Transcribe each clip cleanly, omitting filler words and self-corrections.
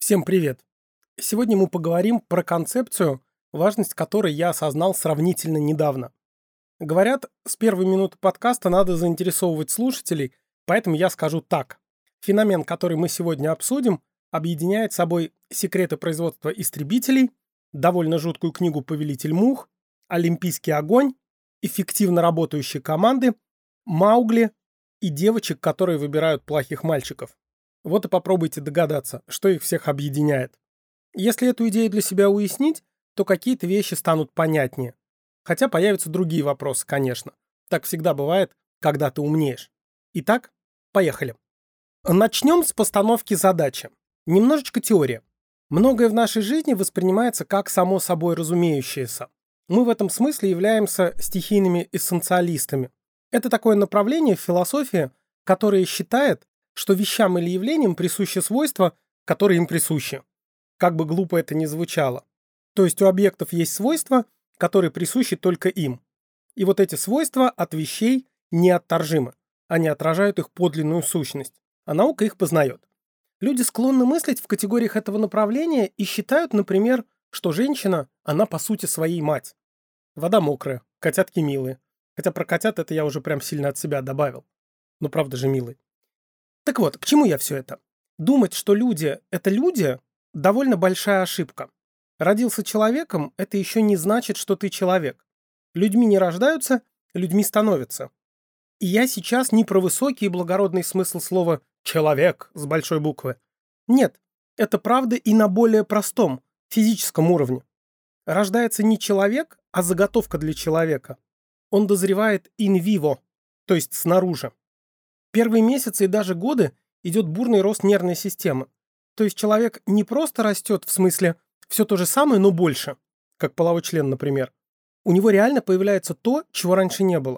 Всем привет! Сегодня мы поговорим про концепцию, важность которой я осознал сравнительно недавно. Говорят, с первой минуты подкаста надо заинтересовывать слушателей, поэтому я скажу так. Феномен, который мы сегодня обсудим, объединяет собой секреты производства истребителей, довольно жуткую книгу «Повелитель мух», олимпийский огонь, эффективно работающие команды, Маугли и девочек, которые выбирают плохих мальчиков. Вот и попробуйте догадаться, что их всех объединяет. Если эту идею для себя уяснить, то какие-то вещи станут понятнее. Хотя появятся другие вопросы, конечно. Так всегда бывает, когда ты умнеешь. Итак, поехали. Начнем с постановки задачи. Немножечко теория. Многое в нашей жизни воспринимается как само собой разумеющееся. Мы в этом смысле являемся стихийными эссенциалистами. Это такое направление в философии, которое считает, что вещам или явлениям присущи свойства, которые им присущи. Как бы глупо это ни звучало. То есть у объектов есть свойства, которые присущи только им. И вот эти свойства от вещей неотторжимы. Они отражают их подлинную сущность, а наука их познает. Люди склонны мыслить в категориях этого направления и считают, например, что женщина, она по сути своей мать. Вода мокрая, котятки милые. Хотя про котят это я уже прям сильно от себя добавил. Но правда же милые. Так вот, к чему я все это? Думать, что люди – это люди – довольно большая ошибка. Родился человеком – это еще не значит, что ты человек. Людьми не рождаются, людьми становятся. И я сейчас не про высокий и благородный смысл слова «человек» с большой буквы. Нет, это правда и на более простом, физическом уровне. Рождается не человек, а заготовка для человека. Он дозревает in vivo, то есть снаружи. Первые месяцы и даже годы идет бурный рост нервной системы. То есть человек не просто растет, в смысле все то же самое, но больше, как половой член, например. У него реально появляется то, чего раньше не было.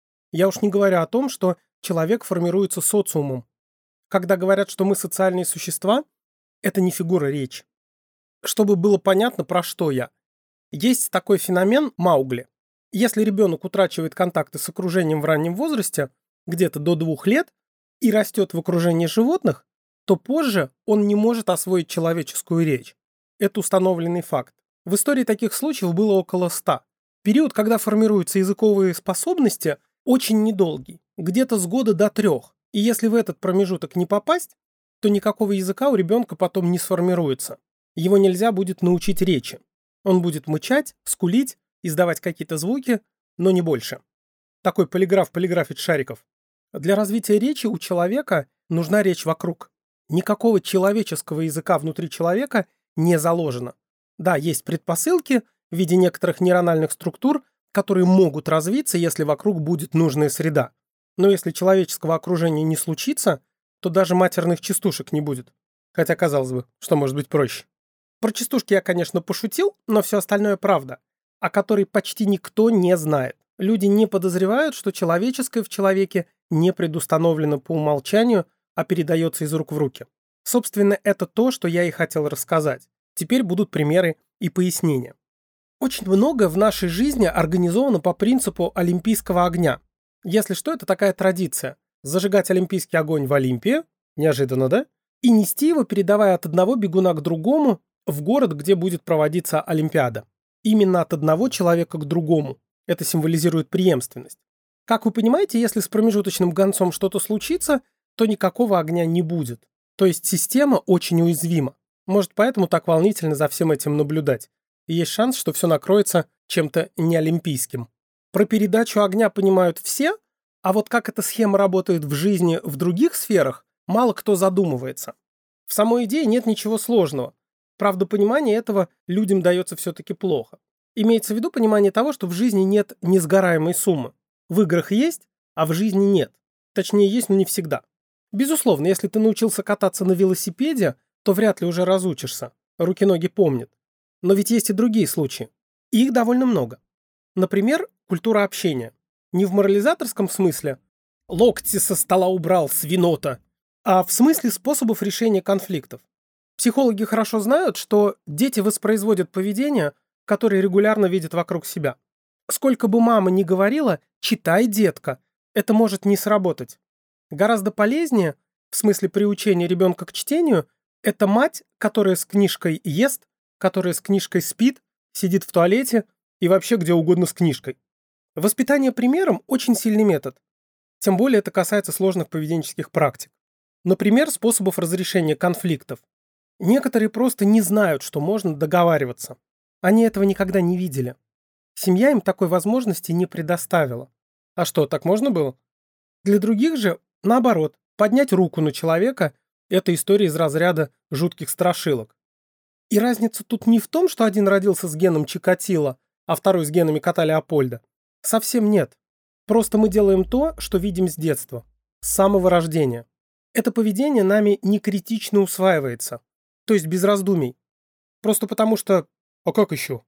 Я уж не говорю о том, что человек формируется социумом. Когда говорят, что мы социальные существа, это не фигура речи. Чтобы было понятно, про что я. Есть такой феномен Маугли. Если ребенок утрачивает контакты с окружением в раннем возрасте, где-то до 2 лет, и растет в окружении животных, то позже он не может освоить человеческую речь. Это установленный факт. В истории таких случаев было около 100. Период, когда формируются языковые способности, очень недолгий, где-то с года до 3. И если в этот промежуток не попасть, то никакого языка у ребенка потом не сформируется. Его нельзя будет научить речи. Он будет мычать, скулить, издавать какие-то звуки, но не больше. Такой полиграф полиграфит шариков. Для развития речи у человека нужна речь вокруг. Никакого человеческого языка внутри человека не заложено. Да, есть предпосылки в виде некоторых нейрональных структур, которые могут развиться, если вокруг будет нужная среда. Но если человеческого окружения не случится, то даже матерных частушек не будет. Хотя, казалось бы, что может быть проще. Про частушки я, конечно, пошутил, но все остальное правда, о которой почти никто не знает. Люди не подозревают, что человеческое в человеке не предустановлено по умолчанию, а передается из рук в руки. Собственно, это то, что я и хотел рассказать. Теперь будут примеры и пояснения. Очень много в нашей жизни организовано по принципу олимпийского огня. Если что, это такая традиция. Зажигать олимпийский огонь в Олимпии, неожиданно, да? И нести его, передавая от одного бегуна к другому в город, где будет проводиться Олимпиада. Именно от одного человека к другому. Это символизирует преемственность. Как вы понимаете, если с промежуточным гонцом что-то случится, то никакого огня не будет. То есть система очень уязвима. Может, поэтому так волнительно за всем этим наблюдать. И есть шанс, что все накроется чем-то неолимпийским. Про передачу огня понимают все, а вот как эта схема работает в жизни в других сферах, мало кто задумывается. В самой идее нет ничего сложного. Правда, понимание этого людям дается все-таки плохо. Имеется в виду понимание того, что в жизни нет несгораемой суммы. В играх есть, а в жизни нет. Точнее, есть, но не всегда. Безусловно, если ты научился кататься на велосипеде, то вряд ли уже разучишься. Руки-ноги помнят. Но ведь есть и другие случаи. И их довольно много. Например, культура общения. Не в морализаторском смысле «локти со стола убрал, свинота», а в смысле способов решения конфликтов. Психологи хорошо знают, что дети воспроизводят поведение, которое регулярно видят вокруг себя. Сколько бы мама ни говорила «читай, детка», это может не сработать. Гораздо полезнее, в смысле приучения ребенка к чтению, Это мать, которая с книжкой ест, которая с книжкой спит, сидит в туалете и вообще где угодно с книжкой. Воспитание примером – очень сильный метод. Тем более это касается сложных поведенческих практик. Например, способов разрешения конфликтов. Некоторые просто не знают, что можно договариваться. Они этого никогда не видели. Семья им такой возможности не предоставила. А что, так можно было? Для других же, наоборот, поднять руку на человека – это история из разряда жутких страшилок. И разница тут не в том, что один родился с геном Чикатило, а второй с генами кота Леопольда. Совсем нет. Просто мы делаем то, что видим с детства, с самого рождения. Это поведение нами не критично усваивается, то есть без раздумий. Просто потому что... А как еще?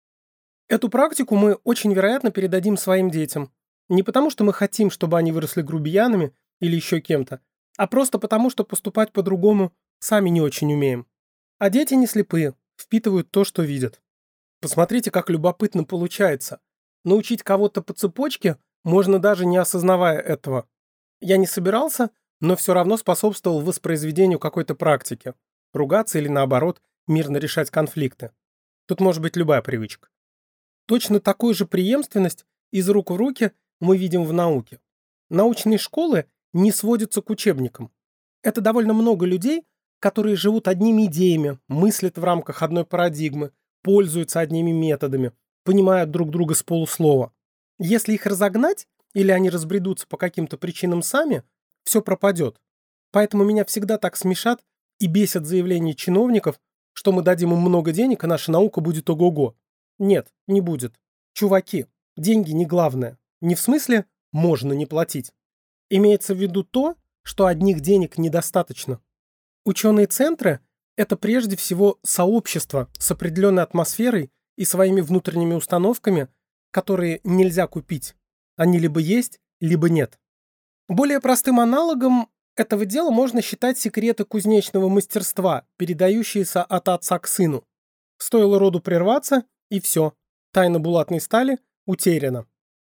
Эту практику мы очень вероятно передадим своим детям. Не потому что мы хотим, чтобы они выросли грубиянами или еще кем-то, а просто потому, что поступать по-другому сами не очень умеем. А дети не слепые, впитывают то, что видят. Посмотрите, как любопытно получается. Научить кого-то по цепочке можно даже не осознавая этого. Я не собирался, но все равно способствовал воспроизведению какой-то практики. Ругаться или наоборот, мирно решать конфликты. Тут может быть любая привычка. Точно такую же преемственность из рук в руки мы видим в науке. Научные школы не сводятся к учебникам. Это довольно много людей, которые живут одними идеями, мыслят в рамках одной парадигмы, пользуются одними методами, понимают друг друга с полуслова. Если их разогнать, или они разбредутся по каким-то причинам сами, все пропадет. Поэтому меня всегда так смешат и бесят заявления чиновников, что мы дадим им много денег, и наша наука будет ого-го. Нет, не будет. Чуваки, деньги не главное. Не в смысле «можно не платить». Имеется в виду то, что одних денег недостаточно. Ученые центры – это прежде всего сообщество с определенной атмосферой и своими внутренними установками, которые нельзя купить. Они либо есть, либо нет. Более простым аналогом этого дела можно считать секреты кузнечного мастерства, передающиеся от отца к сыну. Стоило роду прерваться, и все. Тайна булатной стали утеряна.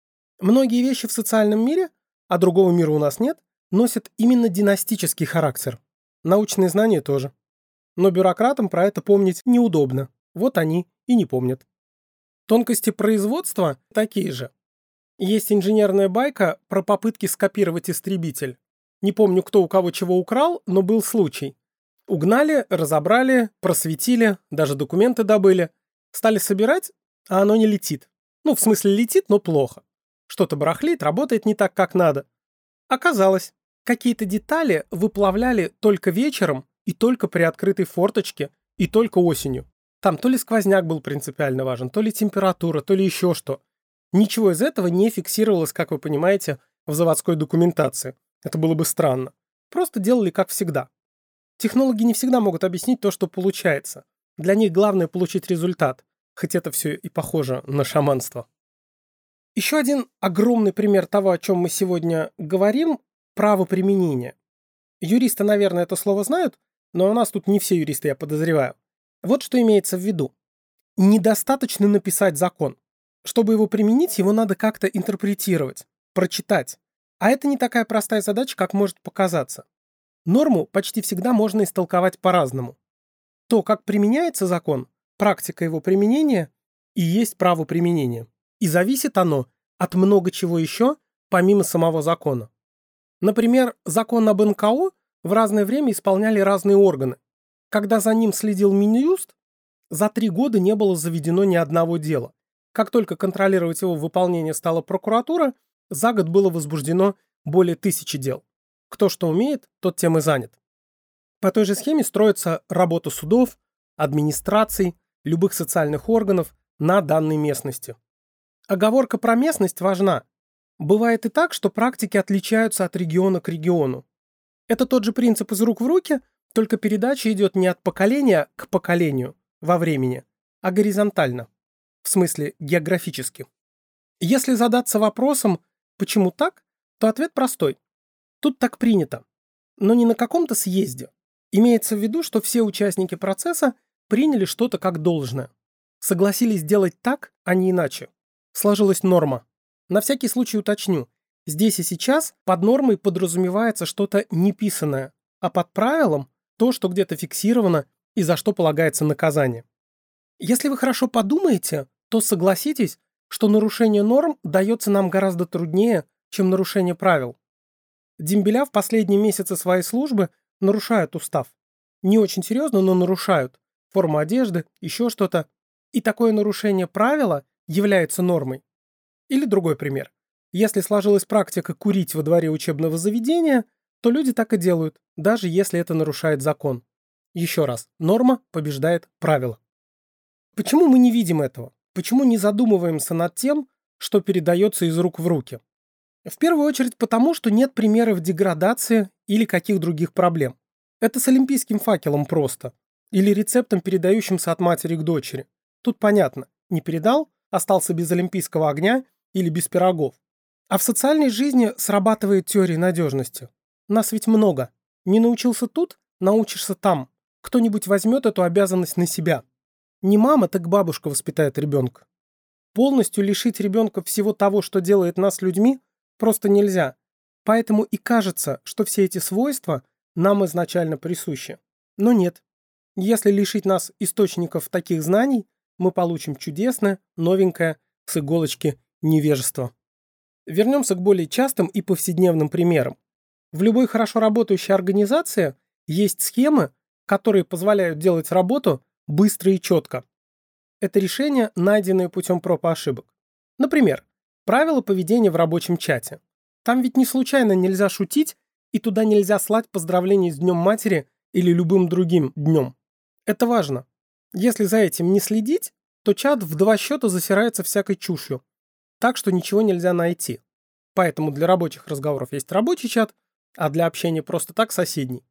Многие вещи в социальном мире, а другого мира у нас нет, носят именно династический характер. Научные знания тоже. Но бюрократам про это помнить неудобно. Вот они и не помнят. Тонкости производства такие же. Есть инженерная байка про попытки скопировать истребитель. Не помню, кто у кого чего украл, но был случай. Угнали, разобрали, просветили, даже документы добыли. Стали собирать, а оно не летит. Ну, в смысле летит, но плохо. Что-то барахлит, работает не так, как надо. Оказалось, какие-то детали выплавляли только вечером и только при открытой форточке и только осенью. Там то ли сквозняк был принципиально важен, то ли температура, то ли еще что. Ничего из этого не фиксировалось, как вы понимаете, в заводской документации. Это было бы странно. Просто делали как всегда. Технологи не всегда могут объяснить то, что получается. Для них главное получить результат, хоть это все и похоже на шаманство. Еще один огромный пример того, о чем мы сегодня говорим – право применения. Юристы, наверное, это слово знают, но у нас тут не все юристы, я подозреваю. Вот что имеется в виду. Недостаточно написать закон. Чтобы его применить, его надо как-то интерпретировать, прочитать. А это не такая простая задача, как может показаться. Норму почти всегда можно истолковать по-разному. То, как применяется закон, практика его применения и есть право применения. И зависит оно от много чего еще, помимо самого закона. Например, закон об НКО в разное время исполняли разные органы. Когда за ним следил Минюст, за 3 года не было заведено ни одного дела. Как только контролировать его выполнение стала прокуратура, за год было возбуждено более 1000 дел. Кто что умеет, тот тем и занят. По той же схеме строится работа судов, администраций, любых социальных органов на данной местности. Оговорка про местность важна. Бывает и так, что практики отличаются от региона к региону. Это тот же принцип из рук в руки, только передача идет не от поколения к поколению во времени, а горизонтально, в смысле географически. Если задаться вопросом «почему так?», то ответ простой. Тут так принято, но не на каком-то съезде. Имеется в виду, что все участники процесса приняли что-то как должное. Согласились делать так, а не иначе. Сложилась норма. На всякий случай уточню. Здесь и сейчас под нормой подразумевается что-то неписанное, а под правилом то, что где-то фиксировано и за что полагается наказание. Если вы хорошо подумаете, то согласитесь, что нарушение норм дается нам гораздо труднее, чем нарушение правил. Дембеля в последние месяцы своей службы нарушают устав. Не очень серьезно, но нарушают. Форму одежды, еще что-то. И такое нарушение правила является нормой. Или другой пример. Если сложилась практика курить во дворе учебного заведения, то люди так и делают, даже если это нарушает закон. Еще раз, норма побеждает правило. Почему мы не видим этого? Почему не задумываемся над тем, что передается из рук в руки? В первую очередь потому, что нет примеров деградации или каких других проблем. Это с олимпийским факелом просто. Или рецептом, передающимся от матери к дочери. Тут понятно, не передал, остался без олимпийского огня или без пирогов. А в социальной жизни срабатывает теория надежности. Нас ведь много. Не научился тут, научишься там. Кто-нибудь возьмет эту обязанность на себя. Не мама, так бабушка воспитает ребенка. Полностью лишить ребенка всего того, что делает нас людьми, просто нельзя. Поэтому и кажется, что все эти свойства нам изначально присущи. Но нет. Если лишить нас источников таких знаний, мы получим чудесное, новенькое, с иголочки невежество. Вернемся к более частым и повседневным примерам. В любой хорошо работающей организации есть схемы, которые позволяют делать работу быстро и четко. Это решения, найденные путем проб и ошибок. Например, правила поведения в рабочем чате. Там ведь не случайно нельзя шутить, и туда нельзя слать поздравления с Днем Матери или любым другим днем. Это важно. Если за этим не следить, то чат в 2 счета засирается всякой чушью. Так что ничего нельзя найти. Поэтому для рабочих разговоров есть рабочий чат, а для общения просто так соседний.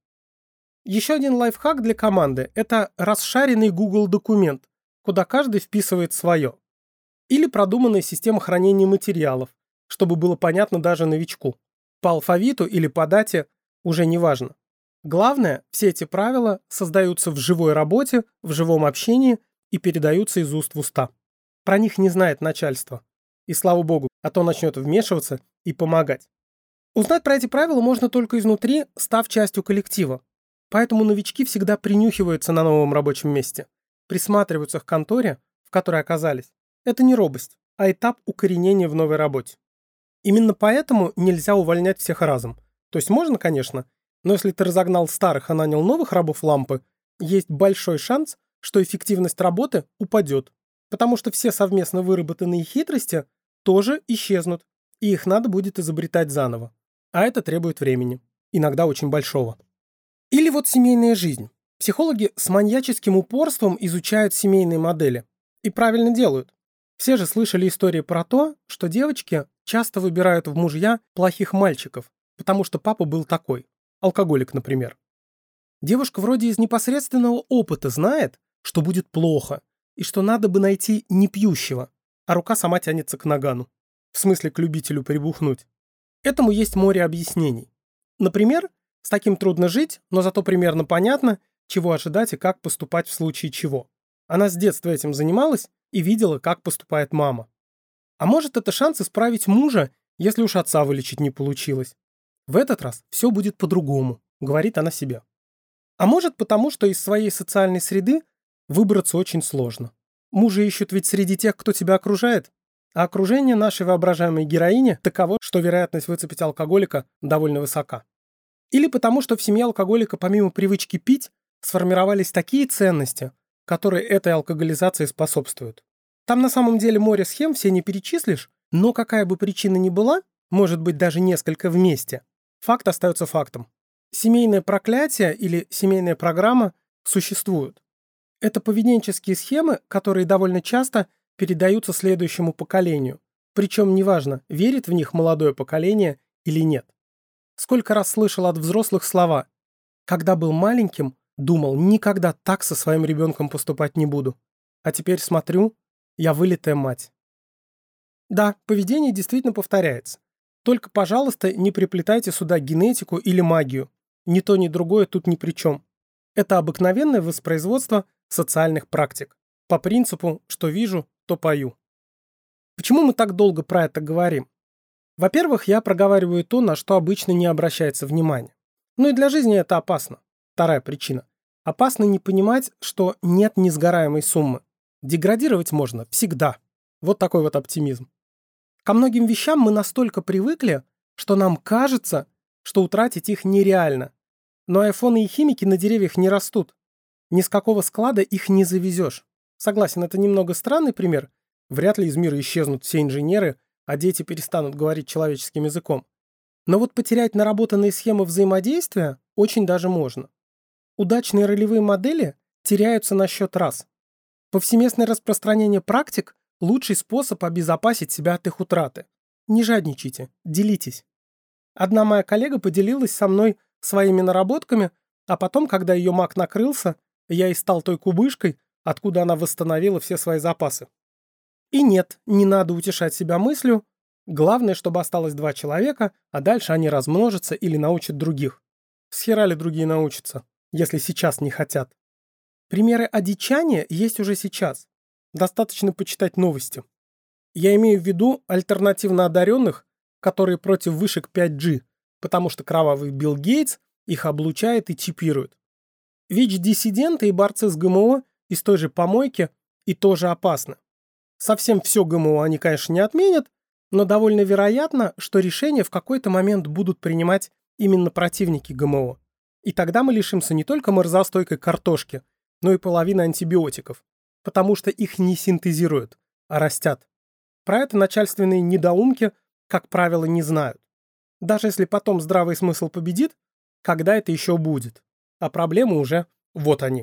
Еще один лайфхак для команды – это расшаренный Google документ, куда каждый вписывает свое. Или продуманная система хранения материалов, чтобы было понятно даже новичку. По алфавиту или по дате уже не важно. Главное, все эти правила создаются в живой работе, в живом общении и передаются из уст в уста. Про них не знает начальство. И слава богу, а то начнет вмешиваться и помогать. Узнать про эти правила можно только изнутри, став частью коллектива. Поэтому новички всегда принюхиваются на новом рабочем месте, присматриваются к конторе, в которой оказались. Это не робость, а этап укоренения в новой работе. Именно поэтому нельзя увольнять всех разом. То есть можно, конечно, но если ты разогнал старых, а нанял новых рабов лампы, есть большой шанс, что эффективность работы упадет, потому что все совместно выработанные хитрости тоже исчезнут, и их надо будет изобретать заново. А это требует времени, иногда очень большого. Или вот семейная жизнь. Психологи с маньяческим упорством изучают семейные модели. И правильно делают. Все же слышали истории про то, что девочки часто выбирают в мужья плохих мальчиков, потому что папа был такой. Алкоголик, например. Девушка вроде из непосредственного опыта знает, что будет плохо, и что надо бы найти непьющего, а рука сама тянется к нагану. В смысле, к любителю прибухнуть. Этому есть море объяснений. Например, с таким трудно жить, но зато примерно понятно, чего ожидать и как поступать в случае чего. Она с детства этим занималась и видела, как поступает мама. А может, это шанс исправить мужа, если уж отца вылечить не получилось. В этот раз все будет по-другому, говорит она себе. А может, потому что из своей социальной среды выбраться очень сложно. Мужа ищут ведь среди тех, кто тебя окружает. А окружение нашей воображаемой героини таково, что вероятность выцепить алкоголика довольно высока. Или потому, что в семье алкоголика помимо привычки пить сформировались такие ценности, которые этой алкоголизации способствуют. Там на самом деле море схем, все не перечислишь, но какая бы причина ни была, может быть даже несколько вместе, факт остается фактом. Семейное проклятие или семейная программа существуют. Это поведенческие схемы, которые довольно часто передаются следующему поколению. Причем неважно, верит в них молодое поколение или нет. Сколько раз слышал от взрослых слова «когда был маленьким, думал, никогда так со своим ребенком поступать не буду. А теперь смотрю, я вылитая мать». Да, поведение действительно повторяется. Только, пожалуйста, не приплетайте сюда генетику или магию. Ни то, ни другое тут ни при чем. Это обыкновенное воспроизводство социальных практик. По принципу «что вижу, то пою». Почему мы так долго про это говорим? Во-первых, я проговариваю то, на что обычно не обращается внимания. Ну и для жизни это опасно. Вторая причина. Опасно не понимать, что нет несгораемой суммы. Деградировать можно всегда. Вот такой вот оптимизм. Ко многим вещам мы настолько привыкли, что нам кажется, что утратить их нереально. Но айфоны и химики на деревьях не растут. Ни с какого склада их не завезешь. Согласен, это немного странный пример. Вряд ли из мира исчезнут все инженеры, а дети перестанут говорить человеческим языком. Но вот потерять наработанные схемы взаимодействия очень даже можно. Удачные ролевые модели теряются на счет раз. Повсеместное распространение практик– лучший способ обезопасить себя от их утраты. Не жадничайте, делитесь. Одна моя коллега поделилась со мной своими наработками, а потом, когда ее Mac накрылся, я и стал той кубышкой, откуда она восстановила все свои запасы. И нет, не надо утешать себя мыслью. Главное, чтобы осталось 2 человека, а дальше они размножатся или научат других. Схера ли другие научатся, если сейчас не хотят? Примеры одичания есть уже сейчас. Достаточно почитать новости. Я имею в виду альтернативно одаренных, которые против вышек 5G, потому что кровавый Билл Гейтс их облучает и чипирует. ВИЧ-диссиденты и борцы с ГМО из той же помойки и тоже опасны. Совсем все ГМО они, конечно, не отменят, но довольно вероятно, что решения в какой-то момент будут принимать именно противники ГМО. И тогда мы лишимся не только морозостойкой картошки, но и половины антибиотиков, потому что их не синтезируют, а растят. Про это начальственные недоумки, как правило, не знают. Даже если потом здравый смысл победит, когда это еще будет? А проблемы уже вот они.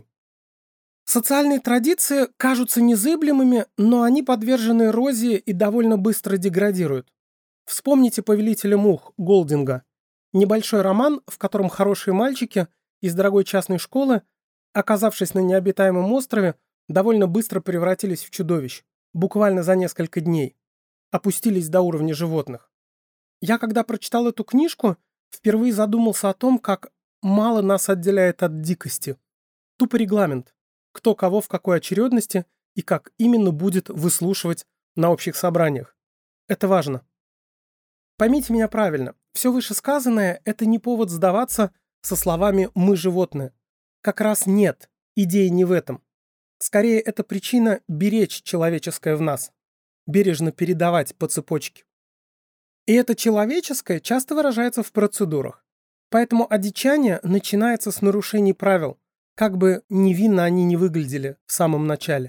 Социальные традиции кажутся незыблемыми, но они подвержены эрозии и довольно быстро деградируют. Вспомните «Повелителя мух» Голдинга. Небольшой роман, в котором хорошие мальчики из дорогой частной школы, оказавшись на необитаемом острове, довольно быстро превратились в чудовищ. Буквально за несколько дней. Опустились до уровня животных. Я, когда прочитал эту книжку, впервые задумался о том, как мало нас отделяет от дикости. Тупо регламент. Кто кого в какой очередности и как именно будет выслушивать на общих собраниях. Это важно. Поймите меня правильно. Все вышесказанное– это не повод сдаваться со словами «мы животные». Как раз нет. Идея не в этом. Скорее, это причина беречь человеческое в нас. Бережно передавать по цепочке. И это человеческое часто выражается в процедурах. Поэтому одичание начинается с нарушений правил, как бы невинно они ни выглядели в самом начале.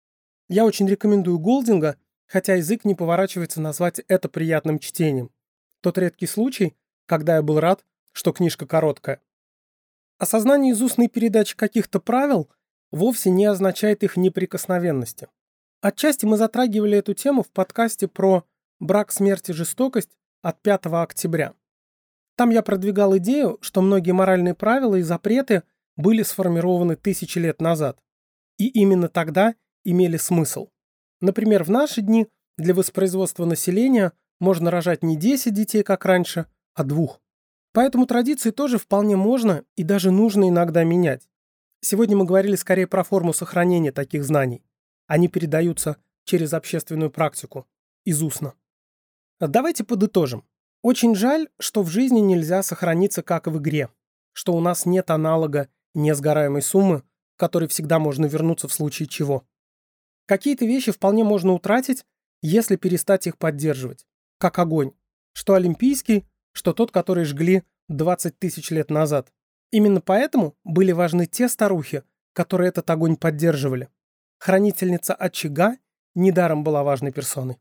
Я очень рекомендую Голдинга, хотя язык не поворачивается назвать это приятным чтением. Тот редкий случай, когда я был рад, что книжка короткая. Осознание из устной передачи каких-то правил вовсе не означает их неприкосновенности. Отчасти мы затрагивали эту тему в подкасте про брак, смерть и жестокость от 5 октября. Там я продвигал идею, что многие моральные правила и запреты были сформированы тысячи лет назад. И именно тогда имели смысл. Например, в наши дни для воспроизводства населения можно рожать не 10 детей, как раньше, а 2. Поэтому традиции тоже вполне можно и даже нужно иногда менять. Сегодня мы говорили скорее про форму сохранения таких знаний. Они передаются через общественную практику, из устно. Давайте подытожим. Очень жаль, что в жизни нельзя сохраниться как в игре, что у нас нет аналога несгораемой суммы, к которой всегда можно вернуться в случае чего. Какие-то вещи вполне можно утратить, если перестать их поддерживать, как огонь, что олимпийский, что тот, который жгли 20 тысяч лет назад. Именно поэтому были важны те старухи, которые этот огонь поддерживали. Хранительница очага недаром была важной персоной.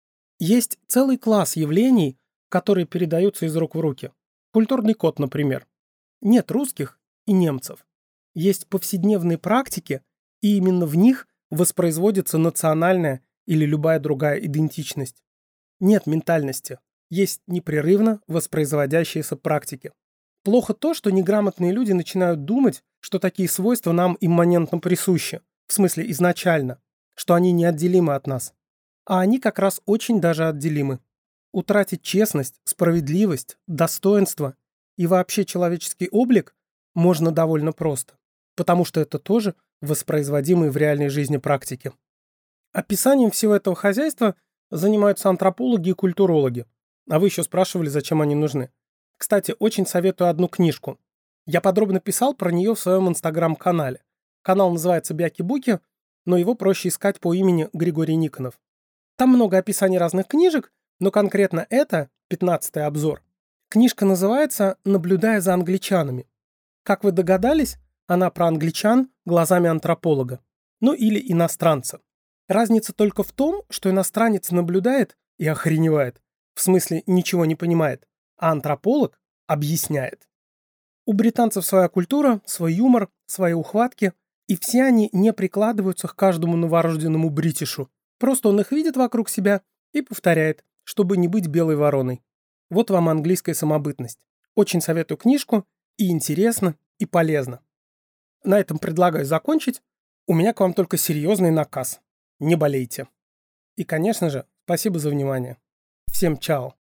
Есть целый класс явлений, которые передаются из рук в руки. Культурный код, например. Нет русских и немцев. Есть повседневные практики, и именно в них воспроизводится национальная или любая другая идентичность. Нет ментальности. Есть непрерывно воспроизводящиеся практики. Плохо то, что неграмотные люди начинают думать, что такие свойства нам имманентно присущи, в смысле изначально, что они неотделимы от нас. А они как раз очень даже отделимы. Утратить честность, справедливость, достоинство и вообще человеческий облик можно довольно просто, потому что это тоже воспроизводимые в реальной жизни практики. Описанием всего этого хозяйства занимаются антропологи и культурологи. А вы еще спрашивали, зачем они нужны. Кстати, очень советую одну книжку. Я подробно писал про нее в своем инстаграм-канале. Канал называется Бяки-Буки, но его проще искать по имени Григорий Никонов. Там много описаний разных книжек, но конкретно это, 15-й обзор. Книжка называется «Наблюдая за англичанами». Как вы догадались, она про англичан глазами антрополога. Ну или иностранца. Разница только в том, что иностранец наблюдает и охреневает. В смысле, ничего не понимает. А антрополог объясняет. У британцев своя культура, свой юмор, свои ухватки, и все они не прикладываются к каждому новорожденному бритишу. Просто он их видит вокруг себя и повторяет, чтобы не быть белой вороной. Вот вам английская самобытность. Очень советую книжку, и интересно, и полезно. На этом предлагаю закончить. У меня к вам только серьезный наказ. Не болейте. И, конечно же, спасибо за внимание. Всем чао.